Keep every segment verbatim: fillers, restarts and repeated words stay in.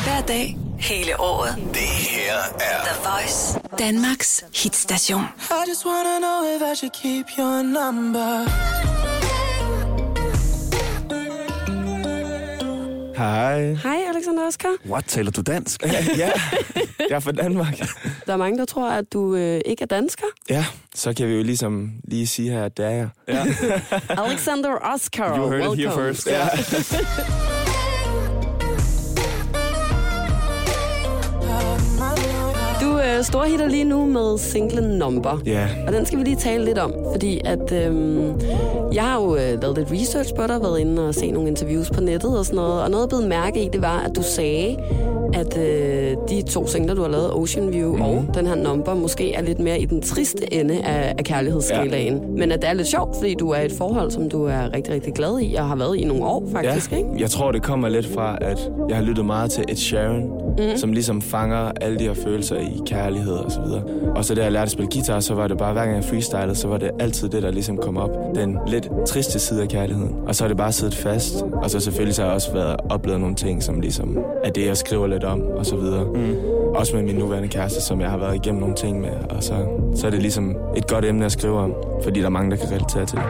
Hver dag, hele året. Det her er The Voice, Danmarks hitstation. I just wanna know if I should keep your number. Hej. Hej, Alexander Oscar. What, taler du dansk? Ja, ja, jeg er fra Danmark. Der er mange, der tror, at du øh, ikke er dansker. Ja, så kan vi jo ligesom lige sige her, at det er jeg. Ja. Alexander Oscar, You heard welcome. it here first. Ja. Du øh, storhitter lige nu med singlen Number. Ja. Og den skal vi lige tale lidt om, fordi at øhm, jeg har jo øh, lavet lidt research på dig, været inde og se nogle interviews på nettet og sådan noget, og noget jeg blev mærke i, det var, at du sagde, at øh, de to singler, du har lavet, Ocean View mm. og den her Number, måske er lidt mere i den triste ende af, af kærlighedsskalaen. Ja. Men at det er lidt sjovt, fordi du er i et forhold, som du er rigtig, rigtig glad i, og har været i nogle år faktisk, Ja. ikke? Jeg tror, det kommer lidt fra, at jeg har lyttet meget til Ed Sheeran, mm. som ligesom fanger alle de her følelser i kærlighed og så videre. Og så da jeg lærte at spille guitar, så var det bare, hver gang jeg freestylede, så var det altid det, der ligesom kom op. Den lidt triste side af kærligheden. Og så har det bare siddet fast. Og så selvfølgelig så har jeg også været oplevet nogle ting, som ligesom er det, jeg skriver lidt om og så videre. Mm. Også med min nuværende kæreste, som jeg har været igennem nogle ting med. Og så, så er det ligesom et godt emne at skrive om, fordi der er mange, der kan relatere til det.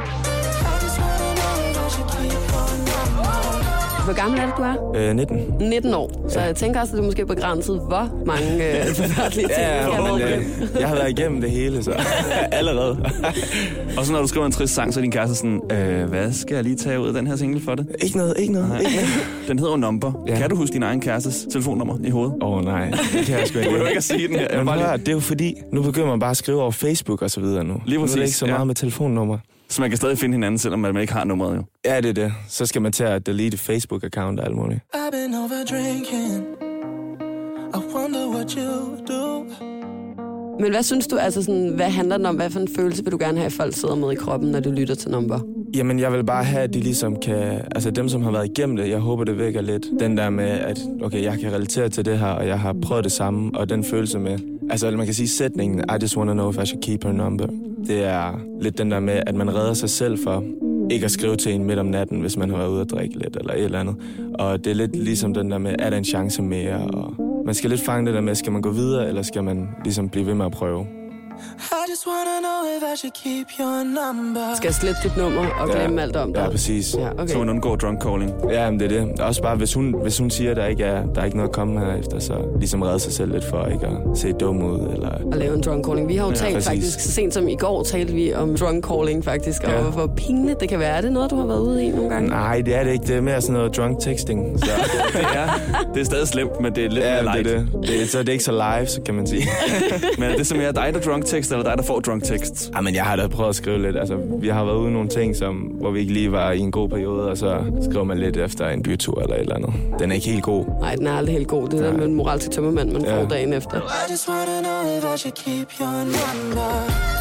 Hvor gammel er det, du er? Øh, nitten. nitten år. Så Ja. jeg tænker også, at det er måske begrænset, hvor mange øh, forfærdelige ting, Ja, jeg har men, været øh, jeg har været igennem det hele, så allerede. Og så når du skriver en trist sang, så er din kæreste sådan, øh, hvad skal jeg lige tage ud af den her single for det? Ikke noget, ikke noget. Ikke noget. Den hedder jo Number. Ja. Kan du huske din egen kærestes telefonnummer i hovedet? Åh oh, nej, det kan jeg sgu Du ikke. behøver ikke at sige den her. Jeg vil Men bare bare lige... det er jo fordi, nu begynder man bare at skrive over Facebook og så videre nu. Lige Nu er det præcis, ikke så ja. meget med telefonnummer. Så man kan stadig finde hinanden, selvom man ikke har nummeret jo. Ja, det er det. Så skal man til at delete Facebook-account og alt muligt. I've been over drinking. I wonder what you do. Men hvad synes du, altså sådan, hvad handler den om? Hvad for en følelse vil du gerne have, at folk sidder med i kroppen, når du lytter til Number? Jamen, jeg vil bare have, at de ligesom kan... Altså, dem, som har været igennem det, jeg håber, det vækker lidt. Den der med, at okay, jeg kan relatere til det her, og jeg har prøvet det samme, og den følelse med... Altså, man kan sige sætningen, I just wanna know if I should keep her number. Det er lidt den der med, at man redder sig selv for ikke at skrive til en midt om natten, hvis man har været ude at drikke lidt, eller et eller andet. Og det er lidt ligesom den der med, er der en chance mere? Og man skal lidt fange det der med, skal man gå videre, eller skal man ligesom blive ved med at prøve? I just wanna know if I should keep your number. Skal jeg slette dit nummer og glemme Ja. alt om dig? Ja, præcis. Ja, okay. Så man undgår drunk calling. Ja, men det er det. Også bare, hvis hun, hvis hun siger, at der ikke er, der er ikke noget at komme herefter, så ligesom redde sig selv lidt for ikke at se dum ud. Eller... At lave en drunk calling. Vi har jo Ja, talt præcis. faktisk, så sent som i går talte vi om drunk calling faktisk, og Ja. hvor pinligt det kan være. Er det noget, du har været ude i nogle gange? Nej, det er det ikke. Det er mere sådan noget drunk texting. Så, Det er, det er stadig slemt, men det er lidt ja, mere det light. er det. det er, så det er ikke så live, så kan man sige. Men er det så mere dig, der drunk text, eller dig, der får drunk text? Ja, men jeg har da prøvet at skrive lidt. Altså, vi har været ude i nogle ting, som, hvor vi ikke lige var i en god periode, og så skriver man lidt efter en bytur eller et eller andet. Den er ikke helt god. Nej, den er aldrig helt god. Det er der med en moralsk tømmermand, man Ja. får dagen efter. I just wanna know if I should keep your number.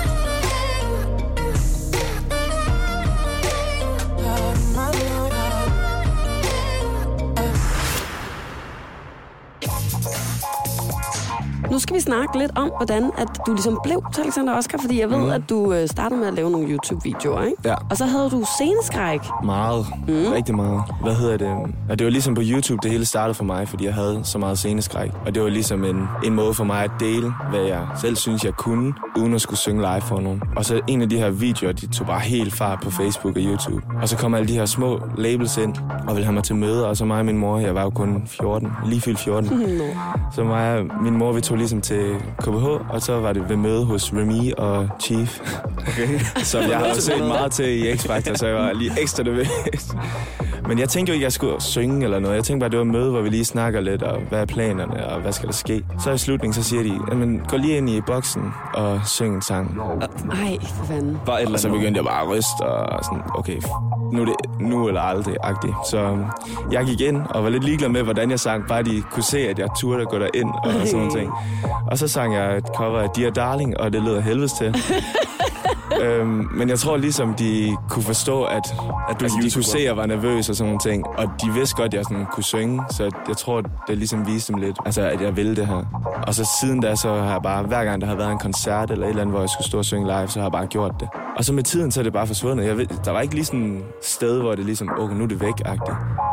Nu skal vi snakke lidt om, hvordan at du ligesom blev til Alexander Oscar, fordi jeg ved, mm. at du øh, startede med at lave nogle YouTube-videoer, ikke? Ja. Og så havde du sceneskræk. Meget. Mm. Rigtig meget. Hvad hedder det? Og det var ligesom på YouTube, det hele startede for mig, fordi jeg havde så meget sceneskræk. Og det var ligesom en, en måde for mig at dele, hvad jeg selv synes, jeg kunne, uden at skulle synge live for nogen. Og så en af de her videoer, de tog bare helt fart på Facebook og YouTube. Og så kom alle de her små labels ind, og ville have mig til møder. Og så mig og min mor, jeg var jo kun fjorten, lige fyldt fjorten. No. Så mig og min mor, vi tog ligesom til K B H, og så var det ved møde hos Remy og Chief. Okay. Som jeg havde set meget til i X-Factor, så jeg var lige ekstra nervøs. Men jeg tænkte jo ikke, at jeg skulle synge eller noget. Jeg tænkte bare, det var et møde, hvor vi lige snakker lidt, og hvad er planerne, og hvad skal der ske. Så i slutningen, så siger de, jamen, gå lige ind i boksen og syng en sang. Ej, for fanden. Bare et eller Og så andet. begyndte jeg bare at ryste, og sådan, okay, nu, er det, nu eller aldrig-agtigt. Så jeg gik ind og var lidt ligeglad med, hvordan jeg sang, bare de kunne se, at jeg turde at gå derind og sådan nogle ting. Og så sang jeg et cover af Dear Darling, og det lød af helvedes til. øhm, men jeg tror ligesom, de kunne forstå, at, at du, altså, de kunne se, at jeg var nervøs og sådan nogle ting. Og de vidste godt, at jeg sådan kunne synge, så jeg tror, det ligesom viste dem lidt, altså, at jeg ville det her. Og så siden da, så har jeg bare, hver gang der har været en koncert eller et eller andet, hvor jeg skulle stå og synge live, så har jeg bare gjort det. Og så med tiden, så er det bare forsvundet. Jeg ved, der var ikke lige sådan et sted, hvor det ligesom, okay, nu er det væk-agtigt.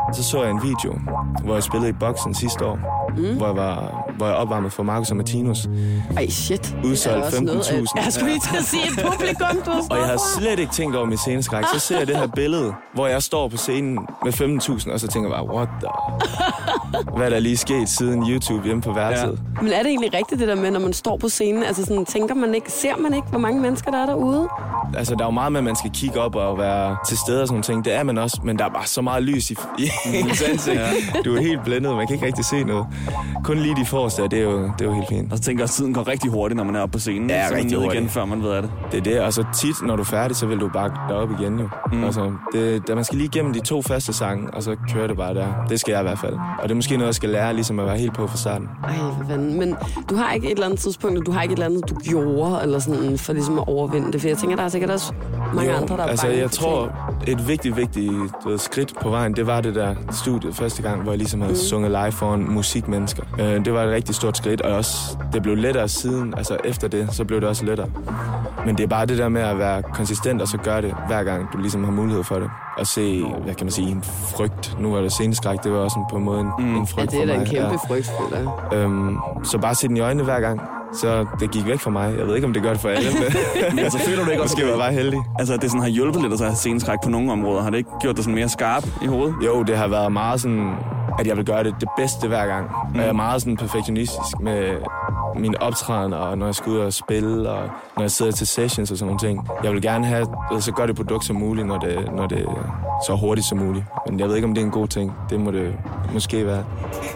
Så så jeg en video, hvor jeg spillede i boksen sidste år, mm. hvor, jeg var, hvor jeg opvarmede for Marcus og Martinus. Ej, shit. Udsolgt femten tusind. Jeg skulle lige til at sige et publikum, du har Og jeg har slet ikke tænkt over min sceneskræk. Så ser jeg det her billede, hvor jeg står på scenen med femten tusind, og så tænker jeg bare, what the... Hvad er der lige sket siden YouTube hjemme på værelset? Ja. Men er det egentlig rigtigt det der med, når man står på scenen? Altså sådan, tænker man ikke, ser man ikke, hvor mange mennesker der er derude? Altså, der er jo meget med, at man skal kigge op og være til stede og sådan ting. Det er man også, men der er bare så meget lys i, i ens ansigt. Du er helt blændet, man kan ikke rigtig se noget. Kun lige de forreste, det er jo, det er jo helt fint. Og så tænker jeg, at tiden går rigtig hurtigt, når man er oppe på scenen. Ja, så er man rigtig ned hurtigt. igen, før man ved af det. Det er det, og så tit, når du er færdig, så vil du bare derop igen jo. Mm. Altså, det, der, man skal lige igennem de to første sange, og så kører det bare der. Det skal jeg i hvert fald. Og det er måske noget, jeg skal lære, ligesom at være helt på fra starten. Ej, for fanden. Men du har ikke et eller andet tidspunkt, du har ikke et eller andet, du gjorde, eller sådan, for ligesom at overvinde det. For jeg tænker, der er sikkert også mange jo, andre, der er altså, bange jeg for tror, ting. et vigtigt, vigtigt du ved, skridt på vejen, det var det der studie første gang, hvor jeg ligesom havde mm. sunget live foran musikmennesker. Øh, det var et rigtig stort skridt, og også, det blev lettere siden, altså efter det, så blev det også lettere. Men det er bare det der med at være konsistent, og så gøre det hver gang, du ligesom har mulighed for det. Og se, hvad kan man sige, en frygt. Nu var det sceneskræk, det var også på en måde en, mm. en frygt for mig. Ja, det er da en kæmpe ja. frygt, føler jeg. Øhm, så bare se den i øjnene hver gang. Så det gik væk fra mig. Jeg ved ikke, om det gør det for alle. Men altså, føler du ikke også, at jeg var bare heldig? Altså, at det sådan har hjulpet lidt at have sceneskræk på nogle områder. Har det ikke gjort dig sådan mere skarp i hovedet? Jo, det har været meget sådan, at jeg vil gøre det det bedste hver gang. Mm. Og jeg er meget sådan perfektionistisk med mine optræden, og når jeg skal ud og spille, og når jeg sidder til sessions og sådan nogle ting. Jeg vil gerne have så godt et produkt som muligt, når det, når det er så hurtigt som muligt. Men jeg ved ikke, om det er en god ting. Det må det måske være.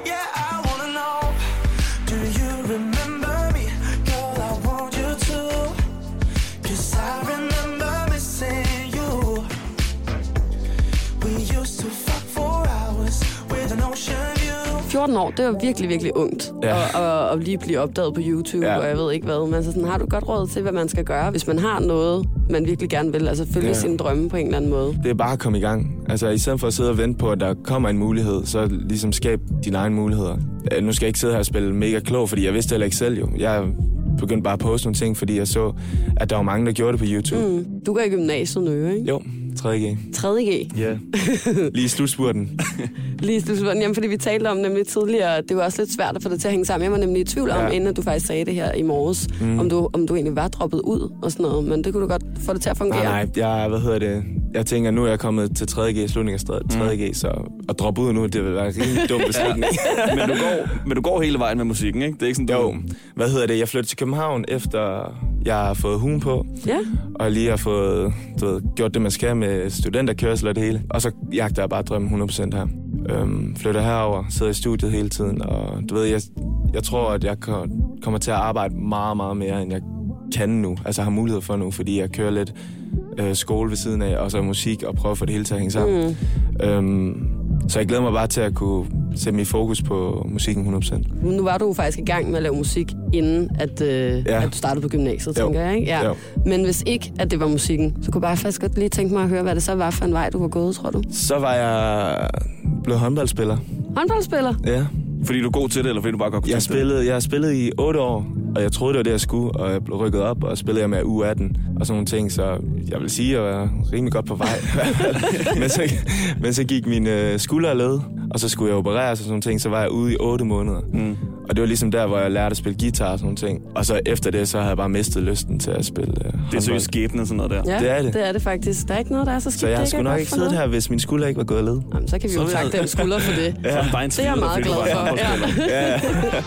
fjorten år, det var virkelig, virkelig ungt ja. at, at, at lige blive opdaget på YouTube, ja. Og jeg ved ikke hvad. Men så sådan, har du godt råd til, hvad man skal gøre, hvis man har noget, man virkelig gerne vil, altså følge ja. Sine drømme på en eller anden måde? Det er bare at komme i gang. Altså i stedet for at sidde og vente på, at der kommer en mulighed, så ligesom skab dine egne muligheder. Nu skal jeg ikke sidde her og spille mega klog, fordi jeg vidste heller ikke selv jo. Jeg begyndte bare at poste nogle ting, fordi jeg så, at der var mange, der gjorde det på YouTube. Mm. Du går i gymnasiet nu, ikke? Jo, tredje G. tredje G? Ja, yeah. Lige i slutspurten. Lige i slutspurten. Jamen, fordi vi talte om nemlig tidligere, det var også lidt svært at få det til at hænge sammen. Jeg var nemlig i tvivl om, ja. Inden du faktisk sagde det her i morges, mm. om, du, om du egentlig var droppet ud og sådan noget. Men det kunne du godt få det til at fungere. Nej, nej, jeg, hvad hedder det? Jeg tænker, nu er jeg kommet til tredje G, slutningen af tredje G, mm. så at droppe ud nu, det vil være en rimelig dum beslutning. Ja. men, du går, men du går hele vejen med musikken, ikke? Det er ikke sådan, du... Jo, hvad hedder det? Jeg flyttede til København, efter jeg har fået hun på. Ja. Og lige har fået du ved, gjort det, man skal med studenterkørsel og det hele. Og så jagter jeg bare drømmen hundrede procent her. Øhm, flytter herover, sidder i studiet hele tiden. Og du ved, jeg, jeg tror, at jeg kommer til at arbejde meget, meget mere, end jeg kan nu. Altså har mulighed for nu, fordi jeg kører lidt øh, skole ved siden af, og så musik, og prøver at få det hele til at hænge sammen. Mm. Øhm, så jeg glæder mig bare til at kunne sætte mit fokus på musikken hundrede procent. Nu var du faktisk i gang med at lave musik, inden at, øh, ja. At du startede på gymnasiet, jo. Tænker jeg, ikke? Ja. Men hvis ikke, at det var musikken, så kunne jeg bare faktisk godt lige tænke mig at høre, hvad det så var for en vej, du var gået, tror du? Så var jeg blevet håndboldspiller. Håndboldspiller? Ja. Fordi du er god til det, eller fordi du bare godt kunne jeg spillede, jeg har spillet i otte år, og jeg troede, det var det, jeg skulle, og jeg blev rykket op, og spillede jeg med U atten og sådan nogle ting, så jeg vil sige, at jeg var rimelig godt på vej. men, så, men så gik min øh, skulder led, og så skulle jeg opereres og sådan nogle ting, så var jeg ude i otte måneder. Mm. Og det var ligesom der, hvor jeg lærte at spille guitar og sådan nogle ting. Og så efter det, så havde jeg bare mistet lysten til at spille øh, håndbold. Det er seriøst skæbne sådan noget der. Ja, det er det. det er det faktisk. Der er ikke noget, der er så skidt. Så jeg skulle nok ikke siddet her, hvis min skulder ikke var gået led. Jamen, så kan vi jo takke dem skulder for det. Ja. Så bare en det er jeg meget glad for. Ja. Ja.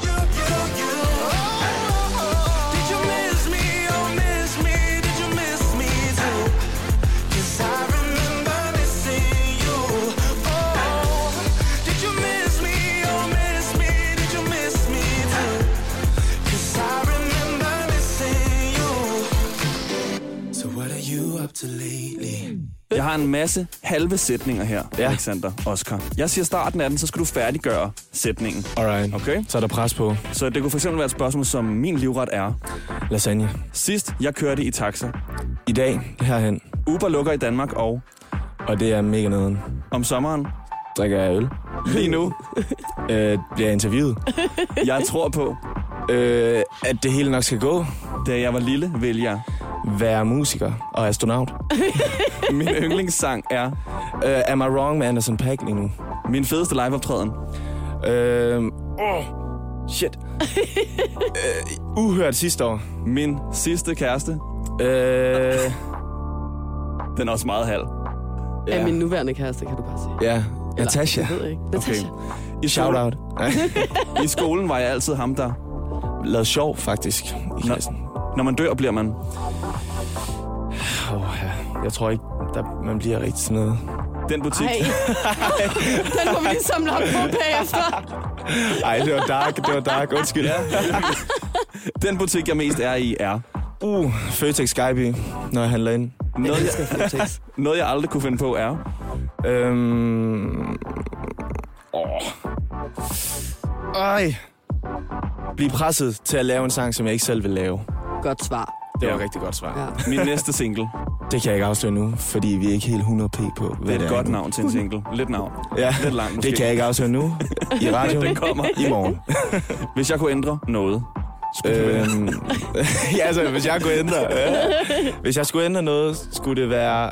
Jeg har en masse halve sætninger her, ja. Alexander Oscar. Jeg siger starten af den, så skal du færdiggøre sætningen. Alright. Okay? Så er der pres på. Så det kunne for eksempel være et spørgsmål, som min livret er. Lasagne. Sidst jeg kørte i taxa. I dag, herhen. Uber lukker i Danmark, og... Og det er mega nederen. Om sommeren. Drikker jeg øl. Lige nu. øh, bliver jeg interviewet. Jeg tror på. Øh, at det hele nok skal gå. Da jeg var lille, vil jeg... være musiker og astronaut. Min yndlingssang er... Uh, Am I Wrong med Anderson .Paak lige nu. Min fedeste liveoptræden? Øhm, oh, shit. øh, uhørt sidste år. Min sidste kæreste? Øh, Den er også meget halv. Ja. ja. Af min nuværende kæreste, kan du bare sige. Ja, Natasha. Jeg ved ikke. Natasha. I Shout out. I skolen var jeg altid ham, der... Lavet sjov, faktisk, i klassen. Når man dør, bliver man... Oh, ja. Jeg tror ikke, der, man bliver rigtig sådan noget. Den butik... Ej. Den må vi lige samle op på bagefter. Ej, det var dark, det var dark. Undskyld. Ja. Den butik, jeg mest er i, er... Uh, Føtex Skyby, når jeg handler ind. Noget jeg, noget, jeg aldrig kunne finde på, er... Øhm... Åh... Ej... Blive presset til at lave en sang, som jeg ikke selv vil lave. Godt svar. Det var Ja. et rigtig godt svar. Ja. Min næste single. Det kan jeg ikke afsløre nu, fordi vi er ikke helt hundrede p på, hvad Det er et godt nu. navn til en single. Lidt navn. Ja, Lidt langt måske. det kan jeg ikke afsløre nu. I radioen. Den kommer. I morgen. Hvis jeg kunne ændre noget, skulle det være... Øhm, ja, altså, hvis jeg kunne ændre... Ja. Hvis jeg skulle ændre noget, skulle det være...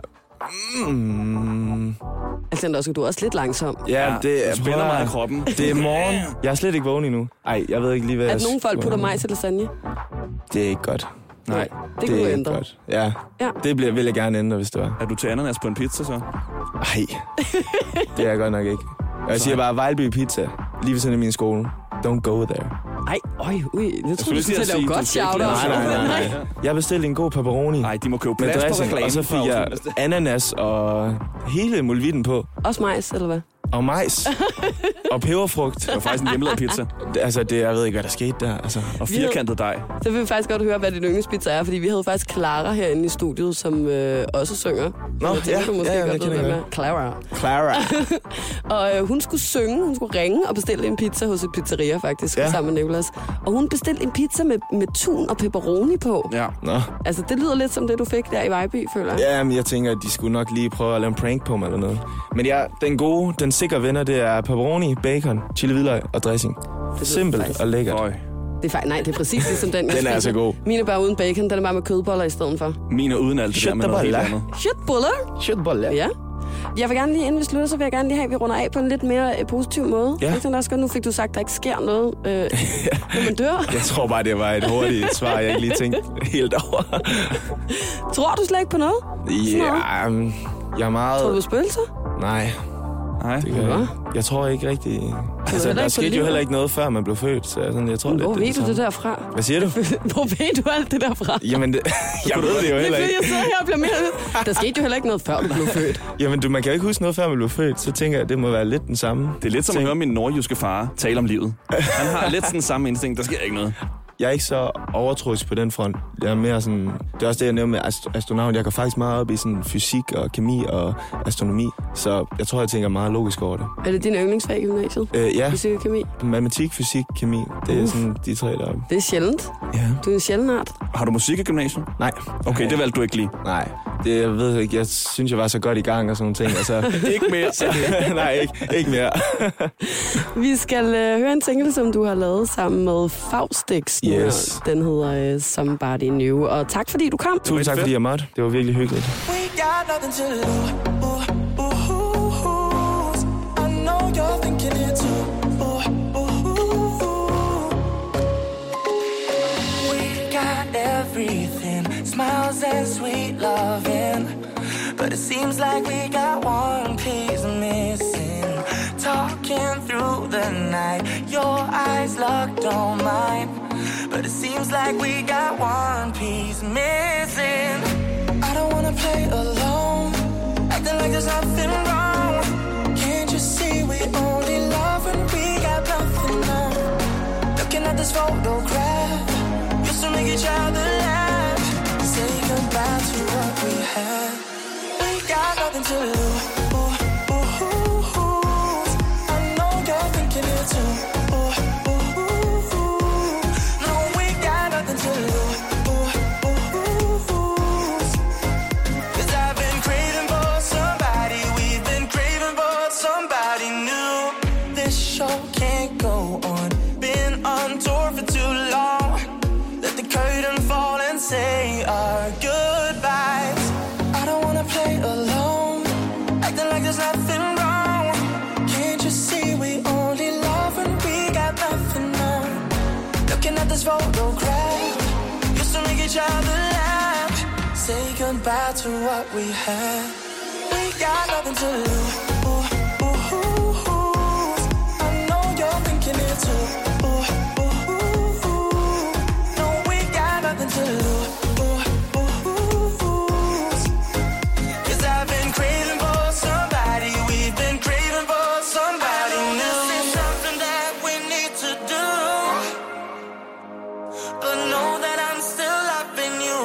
Mm, Alexander, også, du er også lidt langsom. ja, det er... du spænder mig i kroppen. Det er morgen. Jeg er slet ikke vågen endnu. Ej, jeg ved ikke lige, hvad At jeg... nogle folk putter majs til lasagne. Det er ikke godt. Nej. Det det kan er du ikke ændre. godt. Ja. Ja. Det bliver, vil jeg gerne ændre, hvis det var. Er du til ananas på en pizza, så? Ej, det er jeg godt nok ikke. Jeg siger bare Vejlby Pizza, lige ved siden af min skole. Don't go there. Ej, øj, ui. Jeg tror, skulle du lige skulle til til at at lave sige, godt du skal ikke shout lave- Nej, nej, nej, nej. Jeg bestilte en god pepperoni Nej, de må købe med plads på dressing, reklamen. og så fik jeg ananas og hele muligheden på. Også majs, eller hvad? Og majs. Og peberfrugt. Det var faktisk en hjemmelavet pizza. Altså, det, jeg ved ikke, hvad der skete der. Altså. Og firkantet dej. Så vil vi faktisk godt høre, hvad din yndlingspizza er, fordi vi havde faktisk Clara herinde i studiet, som øh, også synger. Nå, jeg tænker, ja, du måske ja, ja, godt det ved, kender hvem jeg er. Clara. Clara. Og øh, hun skulle synge, hun skulle ringe og bestille en pizza hos et pizzeria faktisk, Ja. sammen med Nicolas. Og hun bestilte en pizza med, med tun og pepperoni på. Ja. Nå. Altså, det lyder lidt som det, du fik der i Vejby, føler jeg. Ja, men jeg tænker, at de skulle nok lige prøve at lave en prank på mig eller noget. Men ja, den gode, den sikre vinder, det er pepperoni, bacon, chili hvidløg og dressing. lyder Simpelt faktisk- og lækkert. Øj. Det er faktisk, nej, det er præcis ligesom den, jeg Den er altså spiser. god. Min er bare uden bacon, den er bare med kødboller i stedet for. Min er uden alt det der med noget helt Shit, andet. Shitboller? Shitbolle. Ja. Jeg vil gerne lige, inden vi slutter, så vil jeg gerne lige have, at vi runder af på en lidt mere øh, positiv måde. Ja. Jeg tænker også godt, nu fik du sagt, at der ikke sker noget, øh, når man dør. Jeg tror bare, det var et hurtigt svar, jeg ikke lige tænkte helt over. Tror du slet ikke på noget? Ja, um, jeg er meget... Tror du på spøgelser? Nej, Nej. det gør jeg ikke. Jeg tror ikke rigtig... Altså, heller der ikke på skete jo livet? heller ikke noget, før man blev født, så jeg, sådan, jeg tror lidt, Hvor det er ved du samme. det derfra? Hvad siger du? Hvor ved du alt det derfra? Jamen, det, jeg ved det jo Det er heller fordi, ikke. jeg sidder her og bliver mere... Der skete jo heller ikke noget, før du blev født. Jamen, du, man kan jo ikke huske noget, før man blev født, så tænker jeg, det må være lidt den samme. Det er lidt som at høre min nordjyske far tale om livet. Han har lidt sådan samme instinkt. Der sker ikke noget. Jeg er ikke så overtroisk på den front. Jeg er mere sådan... Det er også det, jeg nævnte med ast- astronaut. Jeg går faktisk meget op i sådan fysik og kemi og astronomi. Så jeg tror, jeg tænker meget logisk over det. Er det din yndlingsfag i gymnasiet? Øh, ja, Fysik og kemi? matematik, fysik, kemi. Det er Uh. sådan de tre der. Det er sjældent. Ja. Du er en sjælden art. Har du musik i gymnasiet? Nej. Okay, det valgte du ikke lige. Nej. Det, jeg ved ikke. Jeg synes, jeg var så godt i gang og sådan nogle ting. Altså, Ikke mere. nej, ikke, ikke mere. Vi skal øh, høre en single, som du har lavet sammen med Faustix. nu Yes. her. Den hedder øh, Somebody New. Og tak fordi du kom. Tusind tak, fordi jeg måtte. Det var virkelig hyggeligt. We got nothing to lose. Ooh, ooh, ooh. I know you're thinking it too. Ooh, ooh, ooh. We got everything, smiles and sweet loving, but it seems like we got one piece missing. Talking through the night, your eyes locked on mine, but it seems like we got one piece missing. I don't wanna play alone, acting like there's nothing wrong. Can't you see we only love when we got nothing on? Looking at this photograph, used to make each other laugh. Say goodbye to what we had. We got nothing to lose. Ooh, ooh, ooh, ooh. I know you're thinking it too. Ooh, ooh, ooh, ooh. No, we got nothing to lose. Ooh, ooh, ooh, ooh. 'Cause I've been craving for somebody, we've been craving for somebody new. This show can't go on, been on tour for too long. Let the curtain fall and say our goodbyes. I don't wanna play alone, acting like there's nothing wrong. Can't you this photograph. Used to make each other laugh. Say goodbye to what we had. We got nothing to lose. Ooh, ooh, ooh, ooh. I know you're thinking it too. Ooh, ooh, ooh, ooh. No, we got nothing to lose. Ooh, ooh, ooh, ooh. 'Cause I've been craving for somebody. We've been craving for somebody new. This is something that we need to do. But know that I'm still loving you.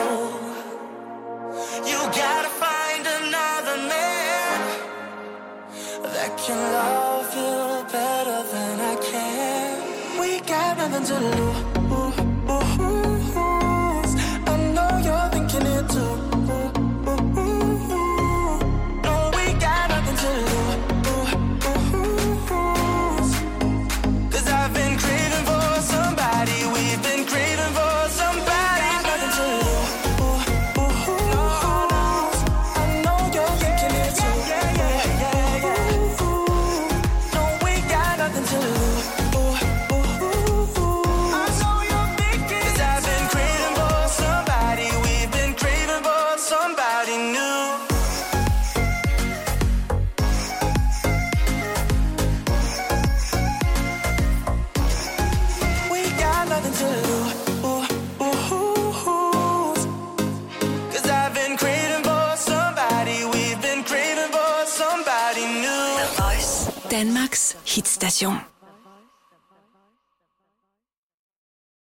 You gotta find another man that can love you better than I can. We got nothing to lose. Ooh, ooh, ooh, ooh. I know you're thinking it too. Ooh, ooh, ooh, ooh. No, we got nothing to lose. Ooh, ooh, ooh, ooh. 'Cause I've been craving for somebody. We've been craving for somebody. Got nothing to lose. Ooh, ooh, ooh, ooh. I know you're thinking it too. Yeah, yeah, yeah, yeah. No, we got nothing to lose. Ooh, ooh, ooh, ooh. I know you're thinking. 'Cause I've been craving for somebody. We've been craving for somebody new. We got nothing to lose. Ooh, ooh, ooh, ooh. 'Cause I've been craving for somebody. We've been craving for somebody new. The Voice. Danmarks hitstation.